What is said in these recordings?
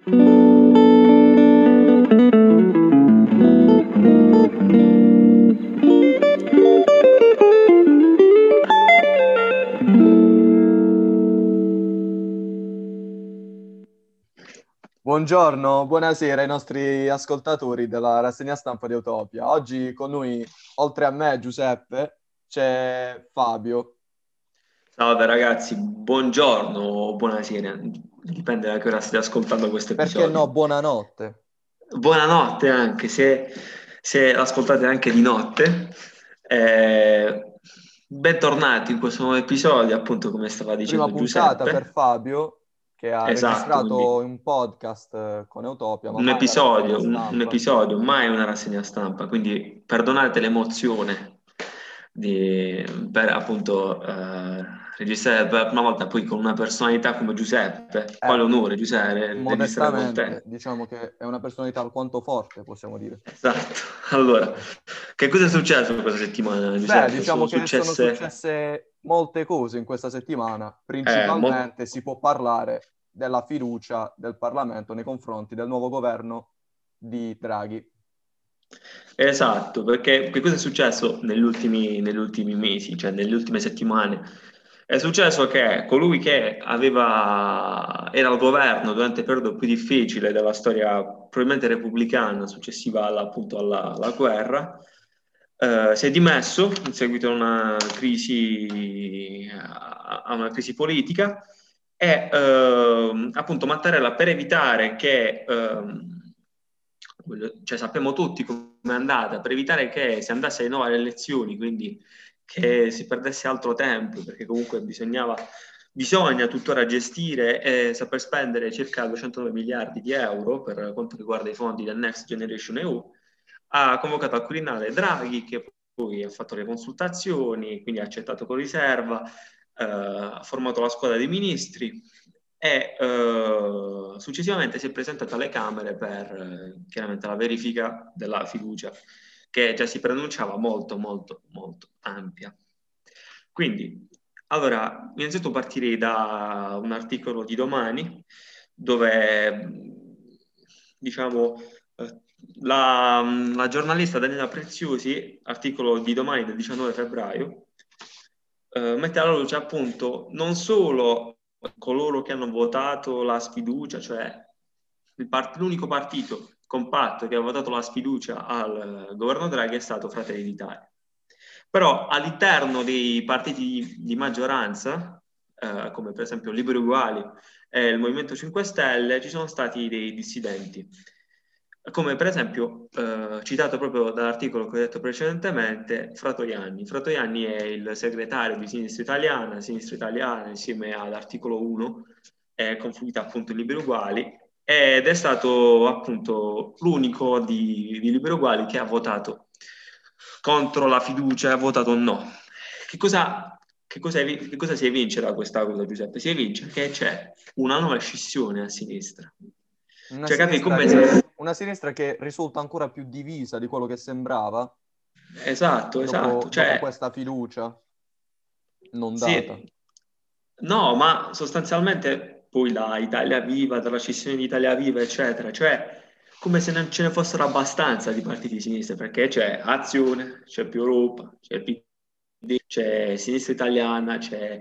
Buongiorno, buonasera ai nostri ascoltatori della rassegna stampa di Utopia. Oggi con noi, oltre a me, Giuseppe, c'è Fabio. Salve ragazzi, buongiorno o buonasera, dipende da che ora state ascoltando questo Perché no, episodio. buonanotte. Buonanotte anche se ascoltate anche di notte. Bentornati in questo nuovo episodio, appunto come stava Prima dicendo puntata per Giuseppe. Fabio, che ha Esatto, registrato quindi un podcast con Utopia, ma un mai una rassegna episodio, un stampa. episodio, mai una rassegna stampa, quindi perdonate l'emozione per appunto registrare per la prima volta poi con una personalità come Giuseppe. Quale Eh, onore, Giuseppe, registrare con Modestamente, te. diciamo che è una personalità alquanto forte, possiamo dire. Esatto. Allora, che cosa è successo questa settimana, Beh, Giuseppe? diciamo Sono che sono successe successe molte cose in questa settimana. eh, mo- Principalmente si può parlare della fiducia del Parlamento nei confronti del nuovo governo di Draghi. Esatto, perché che cosa è successo negli ultimi mesi, cioè nelle ultime settimane? È successo che colui che era al governo durante il periodo più difficile della storia probabilmente repubblicana, successiva appunto alla guerra, si è dimesso in seguito a una crisi politica e appunto Mattarella per evitare che cioè sappiamo tutti come è andata, per evitare che si andasse di nuovo alle elezioni, quindi che si perdesse altro tempo, perché comunque bisogna tuttora gestire e saper spendere circa 209 miliardi di euro per quanto riguarda i fondi del Next Generation EU, ha convocato al Quirinale Draghi, che poi ha fatto le consultazioni, quindi ha accettato con riserva, ha formato la squadra dei ministri e successivamente si è presentato alle Camere per chiaramente la verifica della fiducia, che già si preannunciava molto, molto, molto ampia. Quindi, allora, innanzitutto partirei da un articolo di domani dove, diciamo, eh, la giornalista Daniela Preziosi, articolo di domani del 19 febbraio, mette alla luce appunto non solo coloro che hanno votato la sfiducia, cioè l'unico partito compatto che ha votato la sfiducia al governo Draghi è stato Fratelli d'Italia. Però all'interno dei partiti di maggioranza, come per esempio Liberi Uguali e il Movimento 5 Stelle, ci sono stati dei dissidenti. Come per esempio, citato proprio dall'articolo che ho detto precedentemente, Fratoianni. Fratoianni è il segretario di Sinistra Italiana insieme all'articolo 1, è confluita appunto in Liberi Uguali, ed è stato appunto l'unico di Liberi Uguali che ha votato contro la fiducia, ha votato no. Che cosa si evince da questa cosa, Giuseppe? Si evince che c'è una nuova scissione a sinistra. Cioè, capi come se... Una sinistra che risulta ancora più divisa di quello che sembrava Esatto, esatto. dopo Cioè, questa fiducia non data. sì, no, ma sostanzialmente poi la Italia Viva, dalla scissione di Italia Viva, eccetera, cioè come se non ce ne fossero abbastanza di partiti di sinistra, perché c'è Azione, c'è Più Europa, c'è il PD, c'è Sinistra Italiana, c'è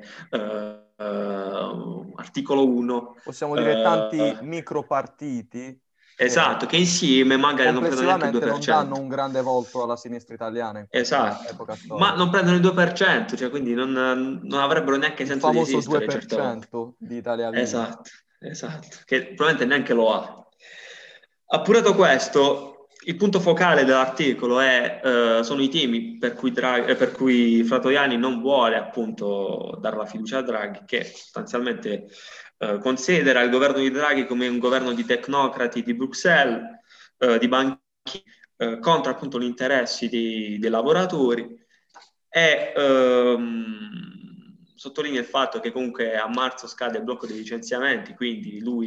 Articolo 1, Possiamo dire tanti eh, micropartiti che esatto, che insieme magari non prendono neanche il complessivamente non danno 2%. un grande volto alla sinistra italiana in questa Esatto, epoca ma storica. non prendono il 2%, cioè quindi non avrebbero neanche Il senso di famoso esistere certe volte. 2% di Italia Viva. Esatto, esatto, che probabilmente neanche lo ha. Appurato questo, il punto focale dell'articolo sono i temi per cui Fratoiani non vuole appunto dare la fiducia a Draghi, che sostanzialmente considera il governo di Draghi come un governo di tecnocrati di Bruxelles, di banchieri, contro appunto gli interessi dei lavoratori e sottolinea il fatto che comunque a marzo scade il blocco dei licenziamenti, quindi lui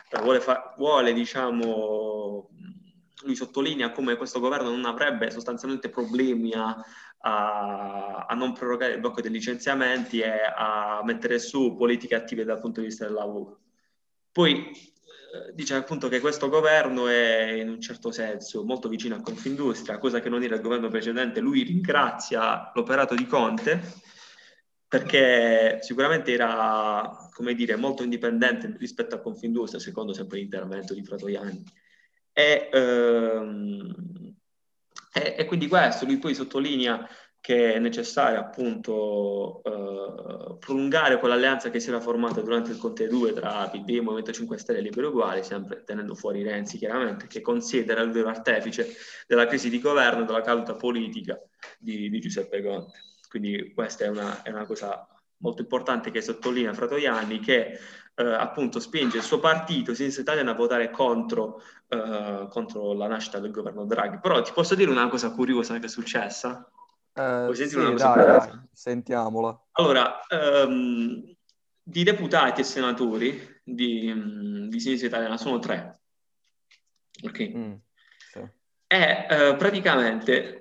diciamo, lui sottolinea come questo governo non avrebbe sostanzialmente problemi a non prorogare il blocco dei licenziamenti e a mettere su politiche attive dal punto di vista del lavoro. Poi dice appunto che questo governo è in un certo senso molto vicino a Confindustria, cosa che non era il governo precedente. Lui ringrazia l'operato di Conte perché sicuramente era, come dire, molto indipendente rispetto a Confindustria, secondo sempre l'intervento di Fratoianni. E, e quindi questo, lui poi sottolinea che è necessario appunto prolungare quell'alleanza che si era formata durante il Conte 2 tra PD, Movimento 5 Stelle e Libero Uguali, sempre tenendo fuori Renzi chiaramente, che considera il vero artefice della crisi di governo e della caduta politica di Giuseppe Conte. Quindi questa è una cosa molto importante che sottolinea Fratoianni, che appunto spinge il suo partito, Sinistra Italiana, a votare contro la nascita del governo Draghi. Però ti posso dire una cosa curiosa che è successa? Vuoi sentire una Sì, cosa dai, curiosa? dai, sentiamola. Allora, di deputati e senatori di Sinistra Italiana sono tre, ok? Mm, sì. E praticamente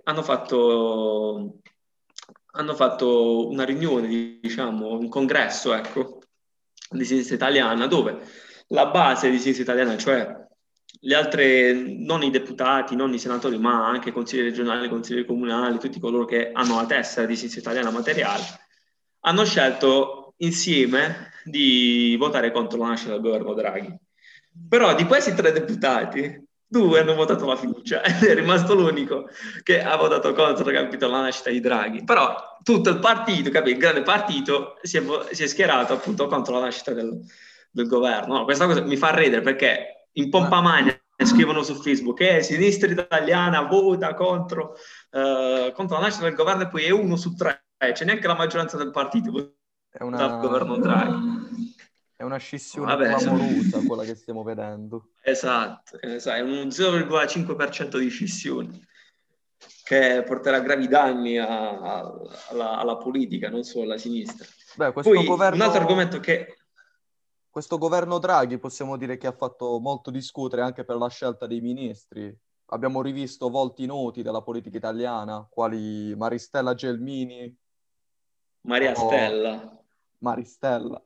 hanno fatto una riunione, diciamo, un congresso, ecco, di Sinistra Italiana, dove la base di Sinistra Italiana, cioè le altre, non i deputati, non i senatori, ma anche consiglieri regionali, consiglieri comunali, tutti coloro che hanno la tessera di Sinistra Italiana materiale, hanno scelto insieme di votare contro la nascita del governo Draghi. Però di questi tre deputati, due hanno votato la fiducia ed è rimasto l'unico che ha votato contro, capito, la nascita di Draghi. Però tutto il partito, capito, il grande partito, si è schierato appunto contro la nascita del governo. No, questa cosa mi fa ridere perché in pompa Ma, magna scrivono su Facebook che Sinistra Italiana vota contro la nascita del governo e poi è uno su tre, c'è neanche la maggioranza del partito è vota il una, governo Draghi. è una scissione Vabbè, clamorosa quella che stiamo vedendo. esatto, è un 0,5% di scissione che porterà gravi danni alla politica, non solo alla sinistra. Beh, Poi un altro argomento che... questo governo Draghi possiamo dire che ha fatto molto discutere anche per la scelta dei ministri. Abbiamo rivisto volti noti della politica italiana, quali Maristella Gelmini Maria o Stella. Maristella.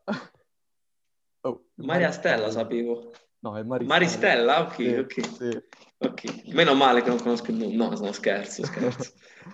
Oh, Maria Stella Maristella. sapevo. No, è Maristella. Maristella? Ok, Sì, ok. sì. Ok, meno male che non conosco il nome. No, no, scherzo, scherzo.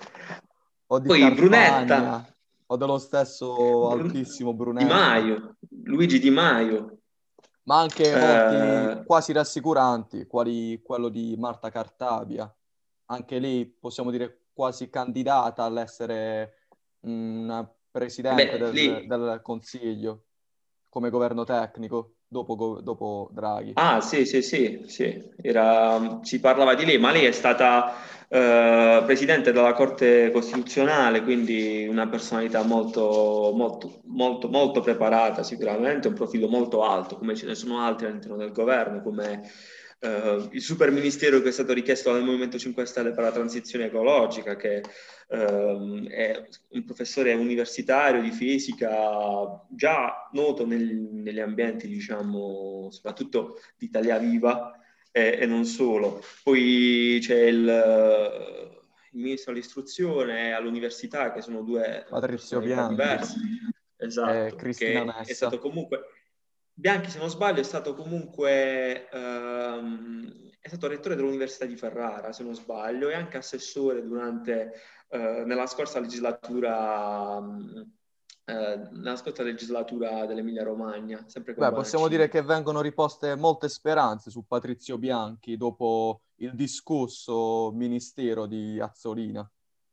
O di Poi Brunetta, Carfagna, o dello stesso Brun- altissimo Di Brunetta, Maio, Luigi Di Maio. ma anche volti Eh, quasi rassicuranti, quali quello di Marta Cartabia. Anche lì possiamo dire quasi candidata all'essere una presidente beh, lì del Consiglio come governo tecnico dopo Draghi. ah, sì, sì, sì, sì. Si parlava di lei, ma lei è stata presidente della Corte Costituzionale, quindi una personalità molto, molto, molto, molto preparata sicuramente, un profilo molto alto, come ce ne sono altri all'interno del governo, come il super ministero che è stato richiesto dal Movimento 5 Stelle per la transizione ecologica, che è un professore universitario di fisica già noto negli ambienti, diciamo, soprattutto di Italia Viva e non solo. Poi c'è il ministro dell'istruzione e all'università, che sono due Patrizio personalità Bianchi diverse. e Esatto, Cristina che è stato Nessa. comunque... Bianchi, se non sbaglio, è stato comunque è stato rettore dell'Università di Ferrara, se non sbaglio, e anche assessore nella scorsa legislatura, nella scorsa legislatura dell'Emilia Romagna, sempre con Beh, possiamo dire Bonaccini. che vengono riposte molte speranze su Patrizio Bianchi dopo il discusso ministero di Azzolina.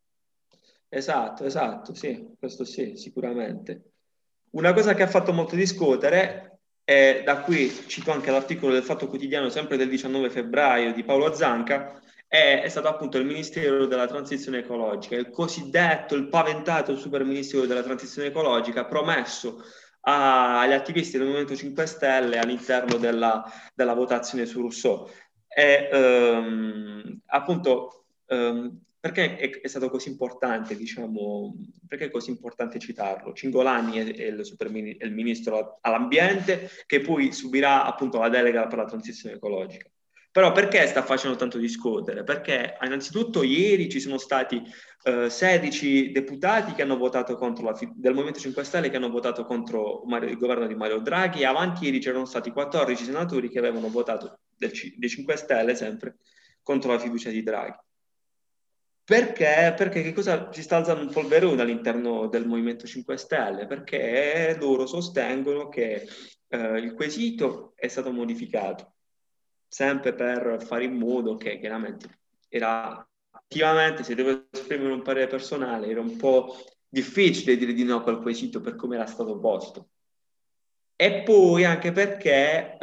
Esatto, sì, questo sì, sicuramente. Una cosa che ha fatto molto discutere, e da qui cito anche l'articolo del Fatto Quotidiano, sempre del 19 febbraio, di Paolo Zanca, è stato appunto il Ministero della Transizione Ecologica, il cosiddetto, il paventato super Ministero della Transizione Ecologica, promesso agli attivisti del Movimento 5 Stelle all'interno della votazione su Rousseau. E appunto perché è stato così importante, diciamo, perché è così importante citarlo? Cingolani è è il ministro all'ambiente che poi subirà appunto la delega per la transizione ecologica. Però perché sta facendo tanto discutere? Perché innanzitutto ieri ci sono stati 16 deputati che hanno votato contro del Movimento 5 Stelle che hanno votato contro il governo di Mario Draghi e avanti ieri c'erano stati 14 senatori che avevano votato dei 5 Stelle sempre contro la fiducia di Draghi. Perché? Perché che cosa si sta alzando un polverone all'interno del Movimento 5 Stelle? Perché loro sostengono che il quesito è stato modificato, sempre per fare in modo che chiaramente era effettivamente, se devo esprimere un parere personale, era un po' difficile dire di no a quel quesito per come era stato posto. E poi anche perché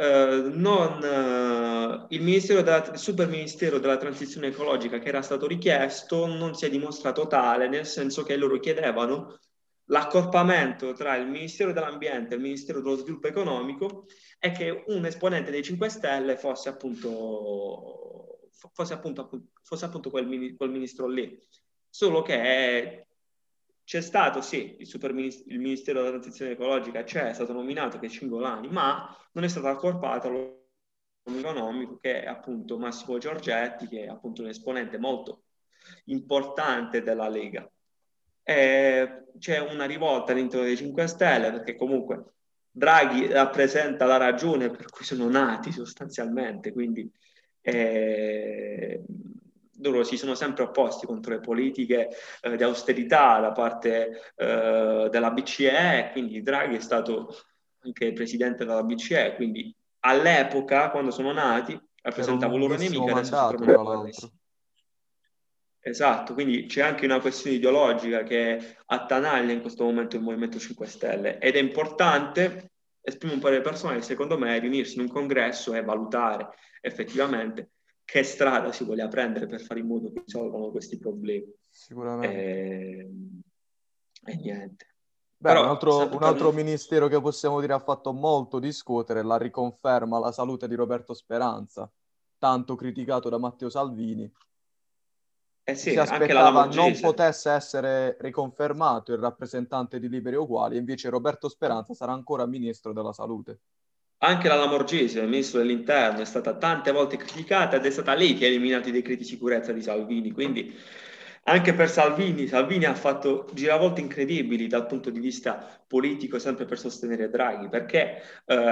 il super ministero della transizione ecologica che era stato richiesto non si è dimostrato tale, nel senso che loro chiedevano l'accorpamento tra il Ministero dell'Ambiente e il Ministero dello Sviluppo Economico e che un esponente dei 5 Stelle fosse appunto quel ministro lì. Solo che c'è stato, sì, il Ministero della Transizione Ecologica è stato nominato che è Cingolani, ma non è stato accorpato economico che è appunto Massimo Giorgetti, che è appunto un esponente molto importante della Lega. E c'è una rivolta all'interno dei 5 Stelle perché comunque Draghi rappresenta la ragione per cui sono nati sostanzialmente, quindi loro si sono sempre opposti contro le politiche di austerità da parte della BCE, quindi Draghi è stato anche presidente della BCE, quindi all'epoca, quando sono nati, Per un rappresentavo loro lunghissimo nemiche, adesso si mandato, trovano tra a guerra l'altro. insieme. Esatto, quindi c'è anche una questione ideologica che attanaglia in questo momento il Movimento 5 Stelle ed è importante, esprimo un parere personale, secondo me, riunirsi in un congresso e valutare effettivamente che strada si voglia prendere per fare in modo che risolvano questi problemi. Sicuramente. E niente. Beh, Però, un altro ministero che possiamo dire ha fatto molto discutere è la riconferma alla salute di Roberto Speranza, tanto criticato da Matteo Salvini. Ci si sì, anche la aspettava non Lamorgese. potesse essere riconfermato il rappresentante di Liberi e Uguali, e invece Roberto Speranza sarà ancora ministro della salute. Anche la Lamorgese, il ministro dell'Interno, è stata tante volte criticata ed è stata lei che ha eliminato i decreti sicurezza di Salvini. Quindi anche per Salvini ha fatto giravolte incredibili dal punto di vista politico, sempre per sostenere Draghi, perché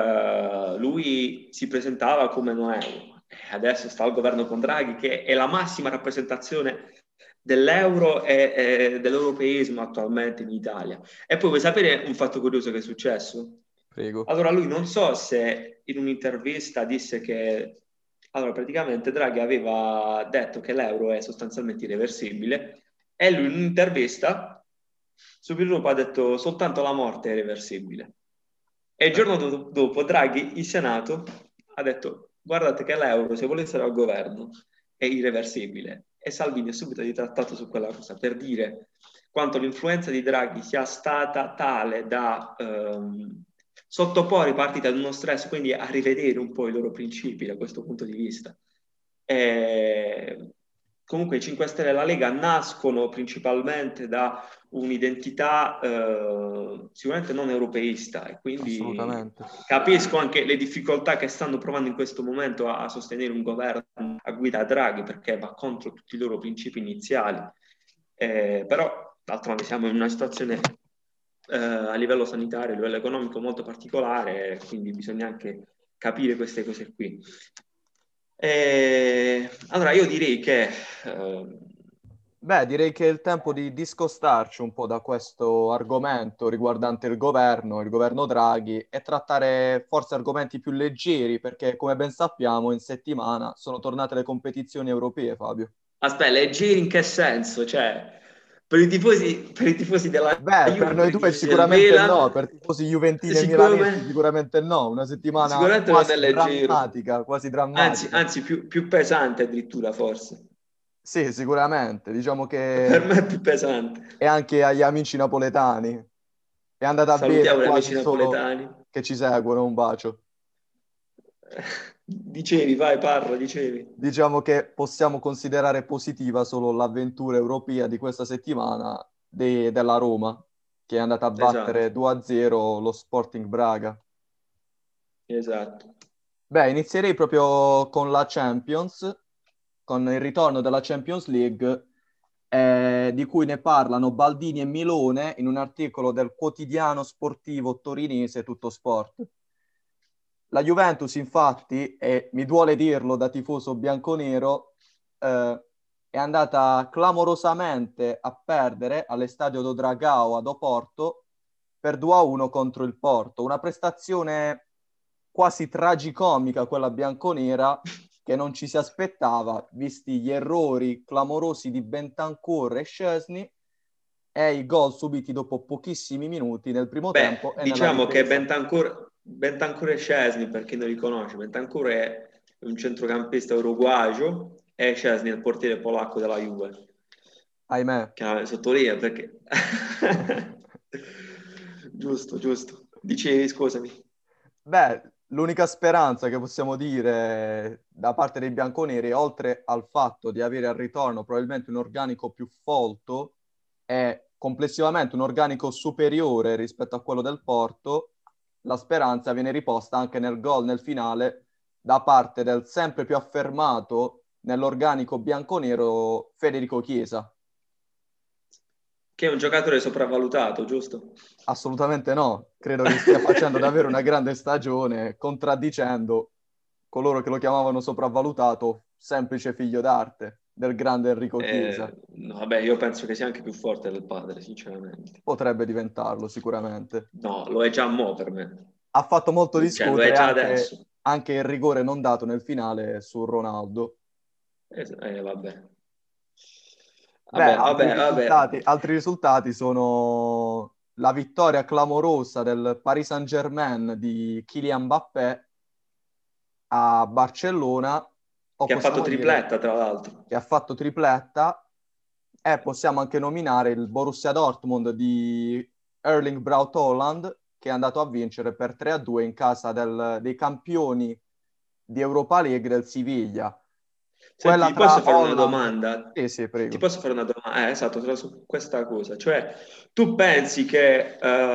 lui si presentava come Noè. Adesso sta al governo con Draghi, che è la massima rappresentazione dell'euro e dell'europeismo attualmente in Italia. E poi vuoi sapere un fatto curioso che è successo? Prego. Allora lui non so se in un'intervista disse che allora praticamente Draghi aveva detto che l'euro è sostanzialmente irreversibile e lui in un'intervista subito dopo ha detto soltanto la morte è irreversibile. E il giorno dopo Draghi in Senato ha detto guardate che l'euro se vuole stare al governo è irreversibile e Salvini ha subito ritrattato su quella cosa per dire quanto l'influenza di Draghi sia stata tale da sottoporre i partiti ad uno stress, quindi a rivedere un po' i loro principi da questo punto di vista. Comunque i 5 Stelle e la Lega nascono principalmente da un'identità sicuramente non europeista e quindi Assolutamente. capisco anche le difficoltà che stanno provando in questo momento a sostenere un governo a guida Draghi perché va contro tutti i loro principi iniziali. Però d'altronde siamo in una situazione a livello sanitario, a livello economico molto particolare, quindi bisogna anche capire queste cose qui. Allora io direi che Beh, direi che è il tempo di discostarci un po' da questo argomento riguardante il governo Draghi, e trattare forse argomenti più leggeri, perché come ben sappiamo in settimana sono tornate le competizioni europee, Fabio. aspetta, leggeri in che senso? Cioè, per i tifosi della Beh, per Juve, per noi i due tifosi del sicuramente Milan, no, per tifosi juventini e milanesi siccome sicuramente no, una settimana sicuramente non è quasi leggero, drammatica, quasi anzi, drammatica. anzi più pesante addirittura forse. Sì, sicuramente, diciamo Per che me è più pesante. e anche agli amici napoletani. È andata bene Salutiamo gli quasi amici solo napoletani. che ci seguono, un bacio. Dicevi, vai, parla, dicevi. Diciamo che possiamo considerare positiva solo l'avventura europea di questa settimana della Roma, che è andata a Esatto, battere 2-0 lo Sporting Braga. esatto. Beh, inizierei proprio con la Champions, con il ritorno della Champions League, di cui ne parlano Baldini e Milone in un articolo del quotidiano sportivo torinese Tutto Sport. La Juventus, infatti, e mi duole dirlo da tifoso bianconero, è andata clamorosamente a perdere all'Estadio do Dragao ad Oporto per 2-1 contro il Porto. Una prestazione quasi tragicomica, quella bianconera, che non ci si aspettava, visti gli errori clamorosi di Bentancur e Szczesny e i gol subiti dopo pochissimi minuti nel primo tempo Beh, e nella diciamo che ripresa. Bentancur e Szczesny, per chi non li conosce, Bentancur è un centrocampista uruguagio e Szczesny è il portiere polacco della Juve. Ahimè. Che sottolinea perché... Giusto, giusto. Dicevi, scusami. Beh, l'unica speranza che possiamo dire da parte dei bianconeri, oltre al fatto di avere al ritorno probabilmente un organico più folto e complessivamente un organico superiore rispetto a quello del Porto, la speranza viene riposta anche nel gol nel finale da parte del sempre più affermato nell'organico bianconero Federico Chiesa. Che è un giocatore sopravvalutato, giusto? Assolutamente no, credo che stia facendo davvero una grande stagione, contraddicendo coloro che lo chiamavano sopravvalutato, semplice figlio d'arte del grande Enrico Chiesa. No, vabbè, io penso che sia anche più forte del padre, sinceramente. Potrebbe diventarlo sicuramente. No, lo è già mo' per me. Ha fatto molto Cioè, lo è discutere già anche, adesso. anche il rigore non dato nel finale su Ronaldo. Vabbè. Beh, Vabbè, vabbè, vabbè. altri risultati sono la vittoria clamorosa del Paris Saint-Germain di Kylian Mbappé a Barcellona, o Che ha fatto possiamo dire tripletta, tra l'altro. che ha fatto tripletta, e possiamo anche nominare il Borussia Dortmund di Erling Braut Haaland, che è andato a vincere per 3-2 in casa dei campioni di Europa League del Siviglia. Senti, Quella ti posso tra fare una Haaland... domanda? Sì, sì, Ti prego. posso fare una domanda? Esatto, su questa cosa. Cioè, tu pensi che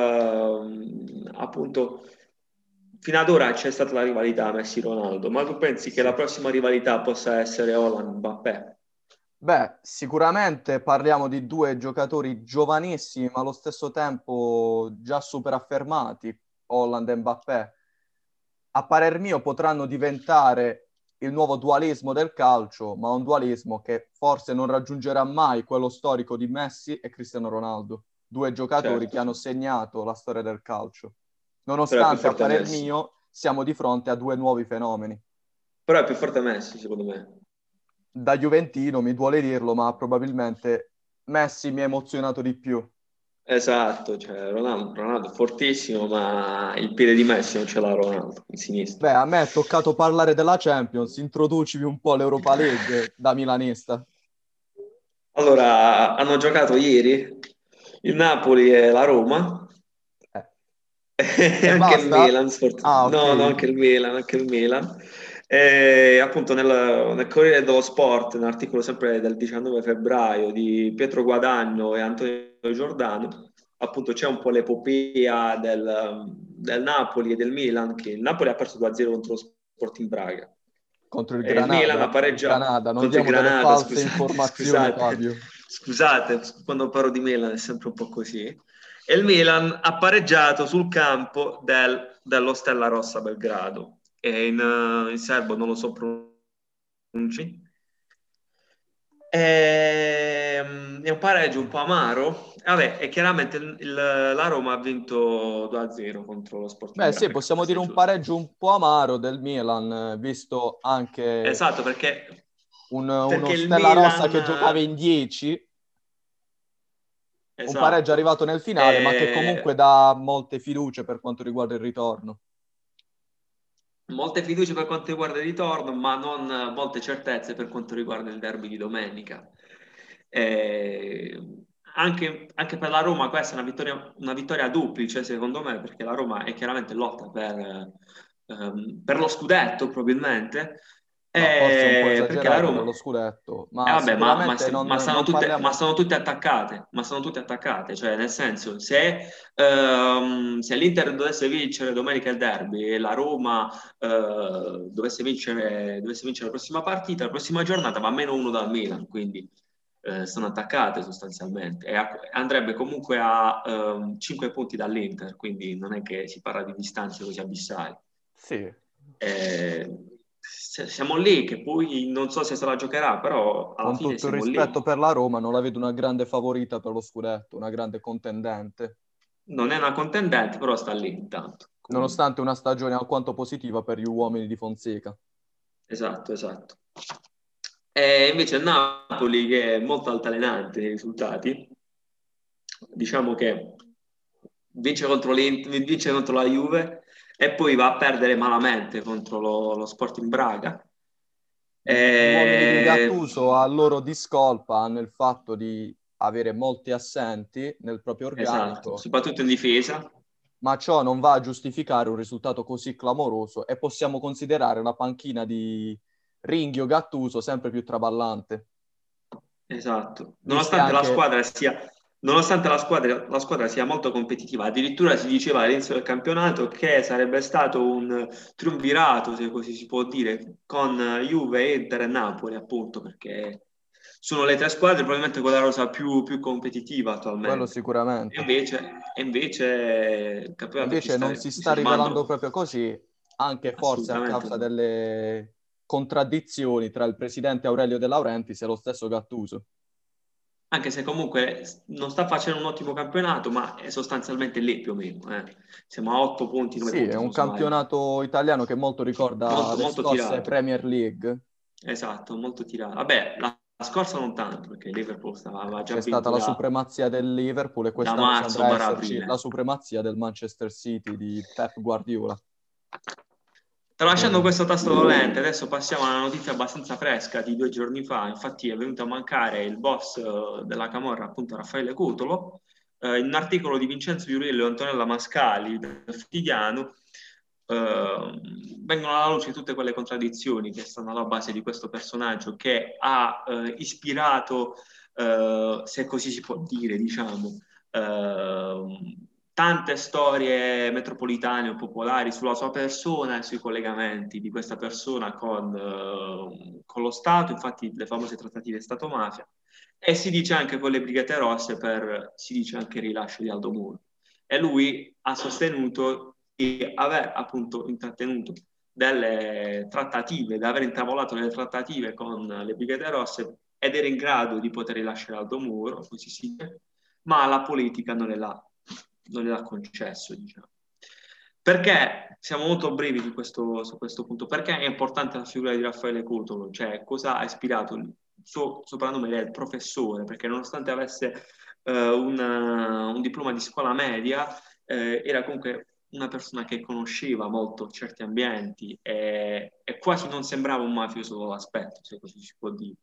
appunto fino ad ora c'è stata la rivalità Messi-Ronaldo, ma tu pensi che Sì. la prossima rivalità possa essere Haaland-Mbappé? Beh, sicuramente parliamo di due giocatori giovanissimi, ma allo stesso tempo già super affermati, Haaland e Mbappé. A parer mio potranno diventare il nuovo dualismo del calcio, ma un dualismo che forse non raggiungerà mai quello storico di Messi e Cristiano Ronaldo, due giocatori che Certo, hanno segnato la storia del calcio. però è più Nonostante, a forte parer Messi. mio, siamo di fronte a due nuovi fenomeni. Però è più forte Messi, secondo me. Da Juventino, mi duole dirlo, ma probabilmente Messi mi ha emozionato di più. Esatto, cioè Ronaldo è fortissimo, ma il piede di Messi non ce l'ha Ronaldo, in sinistra. Beh, a me è toccato parlare della Champions, introducimi un po' l'Europa League da milanista. Allora, hanno giocato ieri il Napoli e la Roma, Eh, e E anche il basta? Milan, Ah, ok. no, no, anche il Milan. E appunto nel Corriere dello Sport, un articolo sempre del 19 febbraio di Pietro Guadagno e Antonio Giordano, appunto c'è un po' l'epopea del Napoli e del Milan, che il Napoli ha perso 2-0 contro lo Sporting Braga. Contro il E il Milan ha Granada. Il pareggiato Granada, non contro il diamo delle Granada, false scusate, informazioni, Fabio. scusate, quando parlo di Milan è sempre un po' così. E il Milan ha pareggiato sul campo dello Stella Rossa Belgrado. E in serbo non lo so pronunciare. È un pareggio un po' amaro. Vabbè, e chiaramente la Roma ha vinto 2-0 contro lo Sporting Beh, sì, Braga, possiamo questo dire è un giusto. pareggio un po' amaro del Milan, visto anche Esatto, perché uno il Stella Rossa Milan... che giocava in 10, un pareggio Esatto. arrivato nel finale, ma che comunque dà molte fiducie per quanto riguarda il ritorno. Molte fiducie per quanto riguarda il ritorno, ma non molte certezze per quanto riguarda il derby di domenica. Eh, anche per la Roma questa è una vittoria duplice, secondo me, perché la Roma è chiaramente in lotta per lo scudetto, probabilmente, Ma forse è un po' Perché la esagerato per Roma... lo scudetto, ma vabbè, sicuramente non ma parliamo... stanno tutte attaccate, cioè nel senso, se l'Inter dovesse vincere domenica il derby e la Roma dovesse vincere la prossima partita, la prossima giornata va a -1 dal Milan, quindi sono attaccate sostanzialmente e andrebbe comunque a 5 punti dall'Inter, quindi non è che si parla di distanze così abissali. Sì, Eh, siamo lì, che poi non so se se la giocherà, però alla con fine tutto il siamo lì. rispetto per la Roma, non la vedo una grande favorita per lo scudetto, una grande contendente, Non è una contendente, però sta lì intanto. Comunque. nonostante una stagione alquanto positiva per gli uomini di Fonseca. Esatto, esatto. E invece il Napoli, che è molto altalenante nei risultati, diciamo che vince contro la Juve e poi va a perdere malamente contro lo Sporting Braga. Gli uomini di E... Gattuso a loro discolpa hanno il fatto di avere molti assenti nel proprio Esatto, organico, soprattutto in difesa. ma ciò non va a giustificare un risultato così clamoroso e possiamo considerare la panchina di Ringhio Gattuso sempre più traballante. Esatto, Viste anche, nonostante la squadra sia molto competitiva, addirittura si diceva all'inizio del campionato che sarebbe stato un triumvirato, se così si può dire, con Juve, Inter e Napoli, appunto, perché sono le tre squadre probabilmente con la rosa più competitiva quello attualmente. E sicuramente. invece, e invece il E campionato invece non si si sta sta rivelando svolgendo proprio così, anche forse a assolutamente causa no. delle contraddizioni tra il presidente Aurelio De Laurentiis e lo stesso Gattuso. Anche se comunque non sta facendo un ottimo campionato, ma è sostanzialmente lì più o meno. Siamo a 8 punti, 9 Sì, è punti se un non sbaglio. campionato italiano che molto ricorda Molto, le molto scorse tirato. Premier League. Esatto, molto tirato. Vabbè, la scorsa non tanto, perché il Liverpool aveva già C'è stata vinto la supremazia del Liverpool e da quest'anno sembra esserci la marzo-aprile. supremazia del Manchester City di Pep Guardiola. Tralasciando Eh, questo tasto dolente, adesso passiamo a una notizia abbastanza fresca di 2 giorni fa. Infatti è venuto a mancare il boss della Camorra, appunto Raffaele Cutolo. In un articolo di Vincenzo Iurillo e Antonella Mascali del Quotidiano vengono alla luce tutte quelle contraddizioni che stanno alla base di questo personaggio che ha ispirato, se così si può dire, diciamo, tante storie metropolitane o popolari sulla sua persona e sui collegamenti di questa persona con lo Stato, infatti le famose trattative Stato-mafia, e si dice anche con le Brigate Rosse si dice anche il rilascio di Aldo Moro. E lui ha sostenuto di aver appunto intrattenuto delle trattative, di aver intavolato delle trattative con le Brigate Rosse ed era in grado di poter rilasciare Aldo Moro, così si dice, ma la politica non gliel'ha concesso, diciamo. Perché siamo molto brevi su questo punto? Perché è importante la figura di Raffaele Cotolo? Cioè, cosa ha ispirato? Il suo soprannome era il professore, perché nonostante avesse un diploma di scuola media, era comunque una persona che conosceva molto certi ambienti e quasi non sembrava un mafioso all'aspetto, se così si può dire.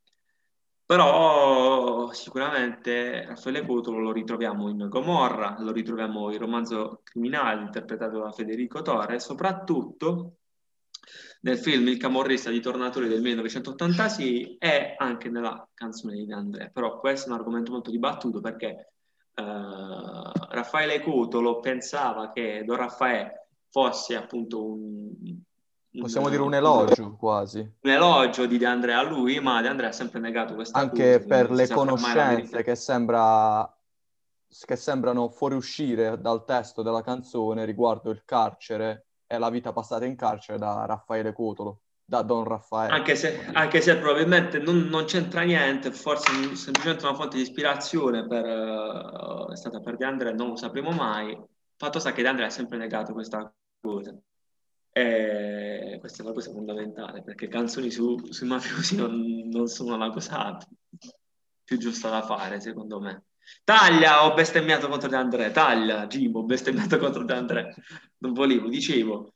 Però sicuramente Raffaele Cotolo lo ritroviamo in Gomorra, lo ritroviamo in Romanzo Criminale interpretato da Federico Torre e soprattutto nel film Il camorrista di Tornatore del 1986 e anche nella canzone di De André. Però questo è un argomento molto dibattuto perché Raffaele Cotolo pensava che Don Raffaele fosse appunto Possiamo dire un appunto, elogio quasi, un elogio di De Andrea a lui, ma De Andrea ha sempre negato questa anche cosa, per quindi non si le sa mai la conoscenze verità. che sembrano fuoriuscire dal testo della canzone riguardo il carcere e la vita passata in carcere da Raffaele Cotolo, da Don Raffaele. Anche se probabilmente non c'entra niente, forse è semplicemente una fonte di ispirazione è stata per De Andrea, non lo sapremo mai. Fatto sta che De Andrea ha sempre negato questa cosa. E questa è una cosa fondamentale, perché canzoni sui mafiosi non sono la cosa più giusta da fare, secondo me. Taglia, ho bestemmiato contro De André, taglia, Gimo, ho bestemmiato contro De André. Non volevo, dicevo.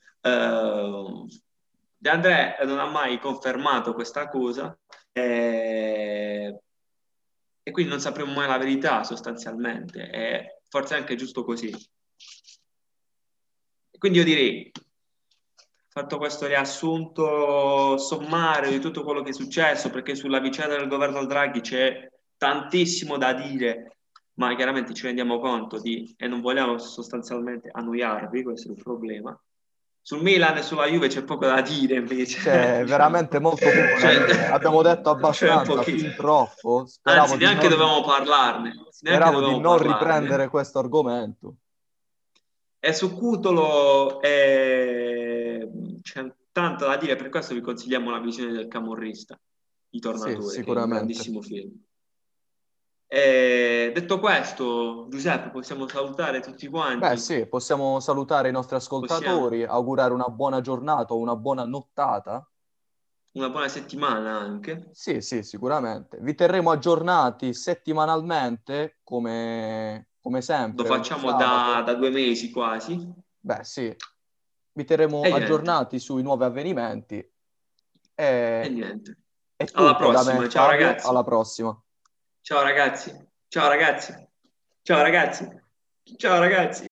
De André non ha mai confermato questa cosa e quindi non sapremo mai la verità sostanzialmente e forse è anche giusto così. Quindi io direi fatto questo riassunto sommario di tutto quello che è successo, perché sulla vicenda del governo Draghi c'è tantissimo da dire, ma chiaramente ci rendiamo conto e non vogliamo sostanzialmente annoiarvi, questo è il problema. Sul Milan e sulla Juve c'è poco da dire invece, C'è diciamo. veramente molto poco da dire. Abbiamo detto C'è abbastanza, fin pochissimo. troppo. Anzi, neanche dovevamo parlarne. Neanche Speravo di dovevamo non parlarne. riprendere questo argomento. E su Cutolo c'è tanto da dire, per questo vi consigliamo la visione del Camorrista, I Sì, Tornatori, che è un sicuramente. grandissimo film. E detto questo, Giuseppe, possiamo salutare tutti Beh, quanti? sì, possiamo salutare i nostri Possiamo? ascoltatori, augurare una buona giornata o una buona nottata. Una buona settimana anche. Sì, sì, sicuramente. Vi terremo aggiornati settimanalmente, come Lo sempre, ogni facciamo sabato. da 2 mesi quasi. Beh, sì, vi terremo E niente, aggiornati sui nuovi avvenimenti. e E niente. è Alla tutto da me, prossima, ciao Fabio. ragazzi. Alla prossima. Ciao ragazzi. Ciao ragazzi. Ciao ragazzi. Ciao ragazzi. Ciao ragazzi.